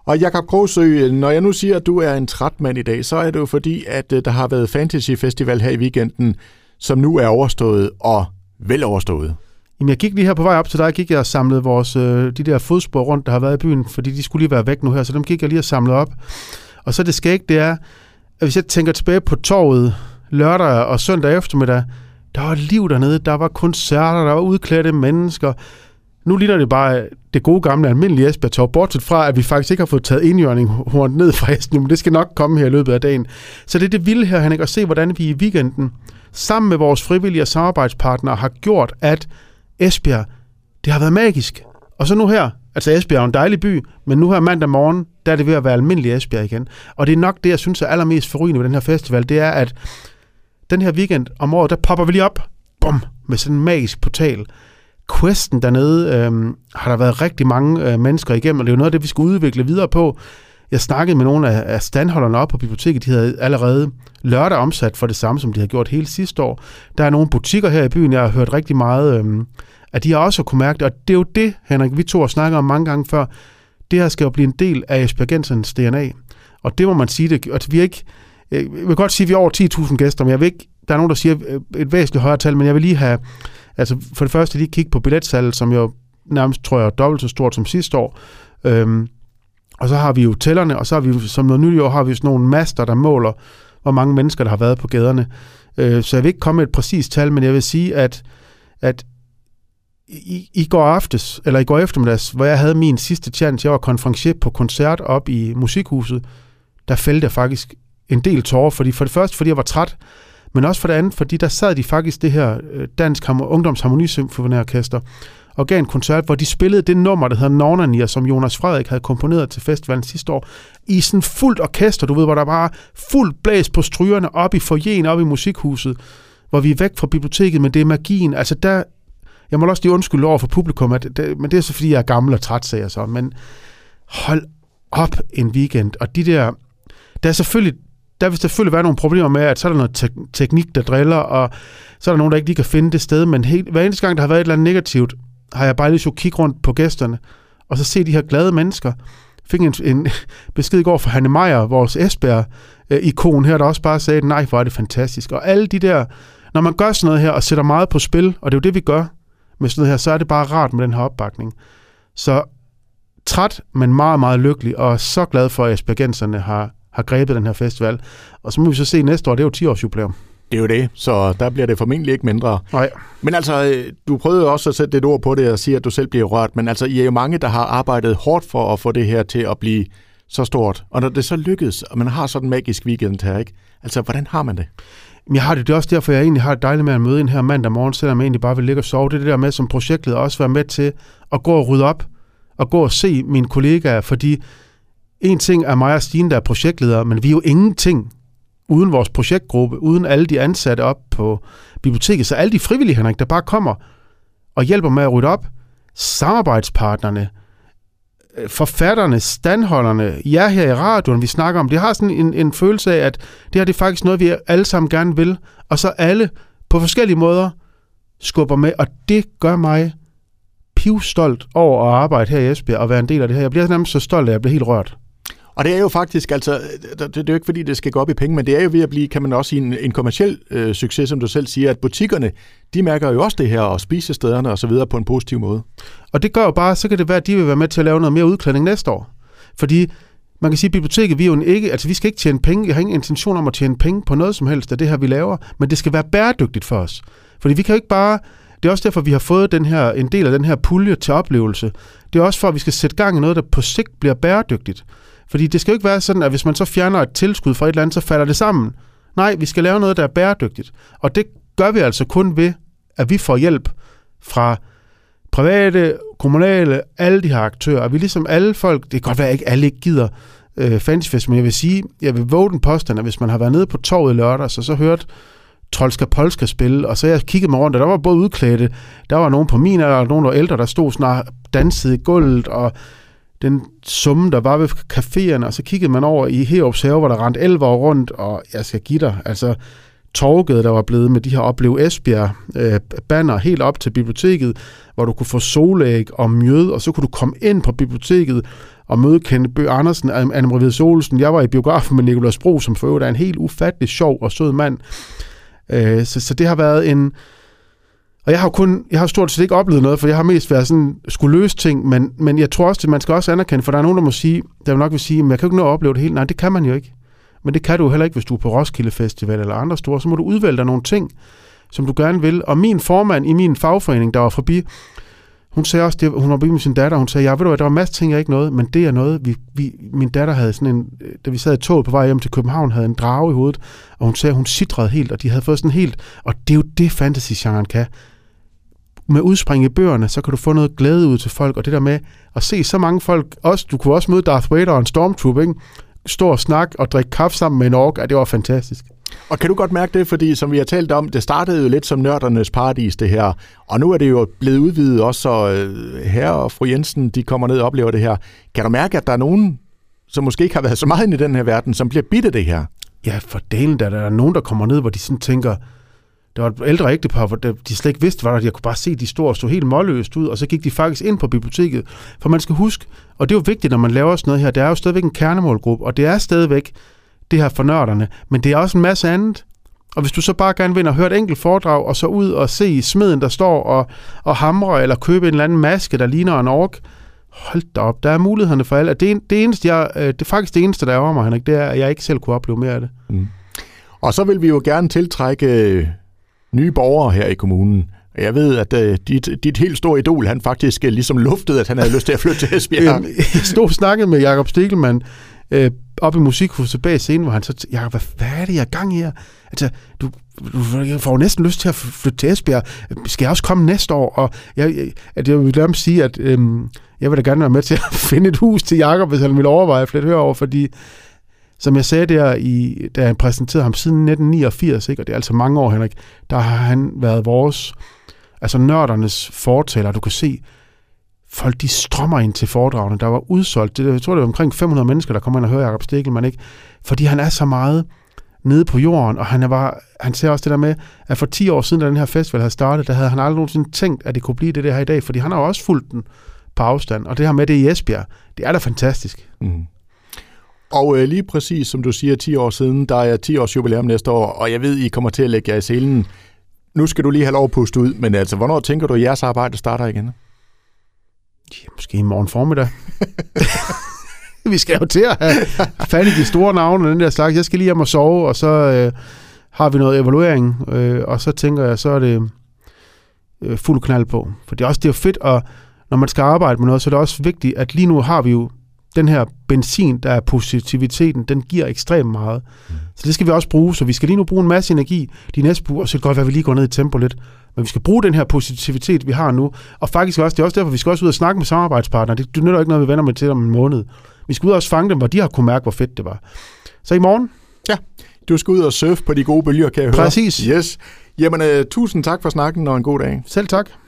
Og Jakob Krogsøe, når jeg nu siger, at du er en træt mand i dag, så er det jo fordi, at der har været Fantasy Festival her i weekenden, som nu er overstået og vel overstået. Jamen, jeg gik lige her på vej op til dig, gik jeg og samlede de der fodspor rundt, der har været i byen, fordi de skulle lige være væk nu her, så dem gik jeg lige og samlede op. Og så det skægt, det er, at hvis jeg tænker tilbage på torvet lørdag og søndag eftermiddag, der var liv dernede, der var koncerter, der var udklædte mennesker. Nu ligner det bare det gode gamle almindelige Esbjerg-torv, bortset fra, at vi faktisk ikke har fået taget indjørninghorn ned fra hesten, men det skal nok komme her i løbet af dagen. Så det er det vilde her, Henrik, at se, hvordan vi i weekenden, sammen med vores frivillige og samarbejdspartnere, har gjort, at Esbjerg, det har været magisk. Og så nu her, altså Esbjerg er en dejlig by, men nu her mandag morgen, der er det ved at være almindelig Esbjerg igen. Og det er nok det, jeg synes er allermest forrygende ved den her festival, det er, at den her weekend om året, der popper vi lige op, bum, med sådan en magisk portal. Questen dernede har der været rigtig mange mennesker igennem, og det er jo noget af det, vi skal udvikle videre på. Jeg snakkede med nogle af standholderne op på biblioteket, de havde allerede lørdag omsat for det samme, som de havde gjort hele sidste år. Der er nogle butikker her i byen, jeg har hørt rigtig meget, at de har også kunnet mærke det, og det er jo det, Henrik, vi to har snakket om mange gange før. Det her skal jo blive en del af esbjergensernes DNA, og det må man sige, at vi ikke, jeg vil godt sige, at vi er over 10.000 gæster, men jeg vil ikke, der er nogen, der siger et væsentligt højere tal, men jeg vil lige have, altså for det første lige kigge på billetsalget, som jo nærmest, tror jeg, er dobbelt så stort som sidste år. Og så har vi jo tællerne, og så har vi som noget nyt i år, har vi sådan nogle master, der måler, hvor mange mennesker, der har været på gaderne. Så jeg vil ikke komme med et præcist tal, men jeg vil sige, at i går eftermiddags, hvor jeg havde min sidste chance, jeg var konferencier på koncert op i Musikhuset, der fældte jeg faktisk en del tårer, for det første, fordi jeg var træt, men også for det andet, fordi der sad de faktisk det her Dansk Ungdoms Harmonisymfoniorkester og gav en koncert, hvor de spillede det nummer, der hedder Nornanier, som Jonas Frederik havde komponeret til festivalen sidste år, i sådan fuldt orkester, du ved, hvor der var fuld blæs på strygerne, op i foyeren, op i Musikhuset, hvor vi er væk fra biblioteket, men det er magien. Altså der, jeg må også lige undskylde over for publikum, men det er så fordi, jeg er gammel og træt, sagde jeg så, men hold op en weekend, og der vil selvfølgelig være nogle problemer med, at så er der noget teknik, der driller, og så er der nogen, der ikke lige kan finde det sted, men hver eneste gang, der har været et eller andet negativt, har jeg bare lige så kigge rundt på gæsterne, og så se de her glade mennesker. Fik en besked i går fra Hanne Meyer, vores Esbjerg-ikon her, der også bare sagde, nej, hvor er det fantastisk. Og alle de der, når man gør sådan noget her, og sætter meget på spil, og det er jo det, vi gør med sådan noget her, så er det bare rart med den her opbakning. Så træt, men meget, meget lykkelig, og så glad for, at esbjergenserne har grebet den her festival. Og så må vi så se næste år, det er jo 10-års jubilæum. Det er jo det, så der bliver det formentlig ikke mindre. Nej. Men altså, du prøvede også at sætte et ord på det og sige, at du selv bliver rørt, men altså, I er jo mange, der har arbejdet hårdt for at få det her til at blive så stort. Og når det så lykkedes, og man har sådan en magisk weekend her, ikke? Altså, hvordan har man det? Jeg har det er også derfor, jeg egentlig har det dejligt med at møde en her mandag morgen, selvom jeg egentlig bare vil ligge og sove. Det er det der med, som projektleder også være med til at gå og rydde op, og gå og se mine kollegaer, fordi en ting er mig og Stine, der er projektledere, men vi er jo ingenting uden vores projektgruppe, uden alle de ansatte op på biblioteket. Så alle de frivillige, Henrik, der bare kommer og hjælper med at rydde op, samarbejdspartnerne, forfatterne, standholderne, jer her i radioen, vi snakker om, det har sådan en følelse af, at det her det er faktisk noget, vi alle sammen gerne vil, og så alle på forskellige måder skubber med, og det gør mig pivstolt over at arbejde her i Esbjerg og være en del af det her. Jeg bliver nærmest så stolt, at jeg bliver helt rørt. Og det er jo faktisk, altså, det er jo ikke fordi, det skal gå op i penge, men det er jo ved at blive, kan man også sige, en kommerciel succes, som du selv siger, at butikkerne, de mærker jo også det her, og spisestederne og så videre på en positiv måde. Og det gør jo bare, så kan det være, at de vil være med til at lave noget mere udklædning næste år. Fordi man kan sige, at biblioteket, vi skal ikke tjene penge, jeg har ingen intention om at tjene penge på noget som helst af det her, vi laver, men det skal være bæredygtigt for os. Fordi vi kan jo ikke bare, det er også derfor, vi har fået en del af den her pulje til oplevelse. Det er også for, at vi skal sætte gang i noget, der på sigt bliver bæredygtigt. Fordi det skal jo ikke være sådan, at hvis man så fjerner et tilskud fra et eller andet, så falder det sammen. Nej, vi skal lave noget, der er bæredygtigt. Og det gør vi altså kun ved, at vi får hjælp fra private, kommunale, alle de her aktører. Og vi ligesom alle folk, det kan godt være, at ikke alle ikke gider Fantasyfest, men jeg vil våge den påstand, at hvis man har været nede på torvet i lørdag, så hørt Trolska Polska spille, og så jeg kiggede mig rundt, og der var både udklædte, der var nogen på min alder, og nogen der var ældre, der stod snart dansede i gulvet, og den summe, der var ved caféerne, og så kiggede man over i Herups Have, hvor der rendte elver rundt, og jeg skal give dig, altså torvgade, der var blevet med de her Oplev Esbjerg banner helt op til biblioteket, hvor du kunne få solæg og mjød, og så kunne du komme ind på biblioteket og møde Kenneth Bøgh Andersen, Anne-Marie Hvids Olsen. Jeg var i biografen med Nicolas Bro, som for øvrigt er en helt ufattelig sjov og sød mand. Så det har været en... Og jeg har stort set ikke oplevet noget, for jeg har mest været sådan, skulle løse ting, men jeg tror også, at man skal også anerkende, for der er nogen, der nok vil sige, men jeg kan jo ikke nå at opleve det hele. Nej, det kan man jo ikke. Men det kan du heller ikke, hvis du er på Roskilde Festival eller andre store. Så må du udvælge dig nogle ting, som du gerne vil. Og min formand i min fagforening, der var forbi, hun sagde også, hun var forbi med sin datter, hun sagde, ved du hvad, der var en masse ting, jeg ikke nåede, men det er noget, min datter havde sådan en, da vi sad i toget på vej hjem til København, havde en drage i hovedet, og hun sagde, hun sitrede helt, og de havde fået sådan helt, og det er jo det fantasy-genren kan. Med udspring i bøgerne, så kan du få noget glæde ud til folk, og det der med at se så mange folk, også, du kunne også møde Darth Vader og en Stormtrooper, ikke? Stå og snakke og drikke kaffe sammen med en ork, det var fantastisk. Og kan du godt mærke det, fordi som vi har talt om, det startede jo lidt som nørdernes paradis, det her, og nu er det jo blevet udvidet også, så herre og fru Jensen, de kommer ned og oplever det her. Kan du mærke, at der er nogen, som måske ikke har været så meget inde i den her verden, som bliver bidt af det her? Ja, for delen, der er nogen, der kommer ned, hvor de sådan tænker, der var et ældre ægtepar, hvor de slet ikke vidste, hvad der. Jeg kunne bare se, de stod og så helt målløst ud, og så gik de faktisk ind på biblioteket. For man skal huske, og det er jo vigtigt, når man laver sådan noget her, det er jo stadigvæk en kernemålgruppe, og det er stadigvæk det her for nørderne, men det er også en masse andet. Og hvis du så bare gerne vil ind og høre et enkelt foredrag, og så ud og se smeden, der står og hamrer, eller købe en eller anden maske, der ligner en ork, hold da op, der er mulighederne for alle. Det er faktisk det eneste, der ærger mig, Henrik, det er, at jeg ikke selv kunne opleve mere af det. Mm. Og så vil vi jo gerne tiltrække nye borgere her i kommunen. Jeg ved, at dit helt store idol, han faktisk ligesom luftede, at han havde lyst til at flytte til Esbjerg. Jeg stod og snakkede med Jakob Stegelmann op i musikhuset bag scenen, hvor han så, Jakob, hvad er det, jeg er gang i her? Altså, du får næsten lyst til at flytte til Esbjerg. Skal jeg også komme næste år? Og jeg vil gerne sige, at jeg vil da gerne være med til at finde et hus til Jakob, hvis han vil overveje at flytte herover, fordi som jeg sagde da jeg præsenterede ham siden 1989, ikke? Og det er altså mange år, Henrik, der har han været vores, altså nørdernes fortaler. Du kan se, folk de strømmer ind til foredragene. Der var udsolgt. Jeg tror, det var omkring 500 mennesker, der kommer ind og hører Jakob Stegelmann, ikke? Fordi han er så meget nede på jorden, og han ser også det der med, at for 10 år siden, da den her festival havde startet, der havde han aldrig nogensinde tænkt, at det kunne blive det der her i dag, fordi han har jo også fulgt den på afstand. Og det her med det i Esbjerg, det er da fantastisk. Mm. Og lige præcis, som du siger, 10 år siden, der er 10 års jubilæum næste år, og jeg ved, I kommer til at lægge jer i selen. Nu skal du lige have lov at puste ud, men altså, hvornår tænker du, at jeres arbejde starter igen? Ja, måske i morgen formiddag. Vi skal jo til at have fat i de store navne, den der slags. Jeg skal lige hjem og sove, og så har vi noget evaluering, og så tænker jeg, så er det fuld knald på. For det er jo fedt, og når man skal arbejde med noget, så er det også vigtigt, at lige nu har vi jo den her benzin, der er positiviteten, den giver ekstremt meget. Så det skal vi også bruge, så vi skal lige nu bruge en masse energi de næste uger, og så kan det godt være, at vi lige går ned i tempo lidt. Men vi skal bruge den her positivitet, vi har nu, og faktisk også, det er også derfor, vi skal også ud og snakke med samarbejdspartnere. Det nytter ikke noget, vi vender med til om en måned. Vi skal ud og også fange dem, hvor de har kunne mærke, hvor fedt det var. Så i morgen? Ja, du skal ud og surfe på de gode bølger, kan jeg høre. Præcis. Yes. Jamen, tusind tak for snakken, og en god dag. Selv tak.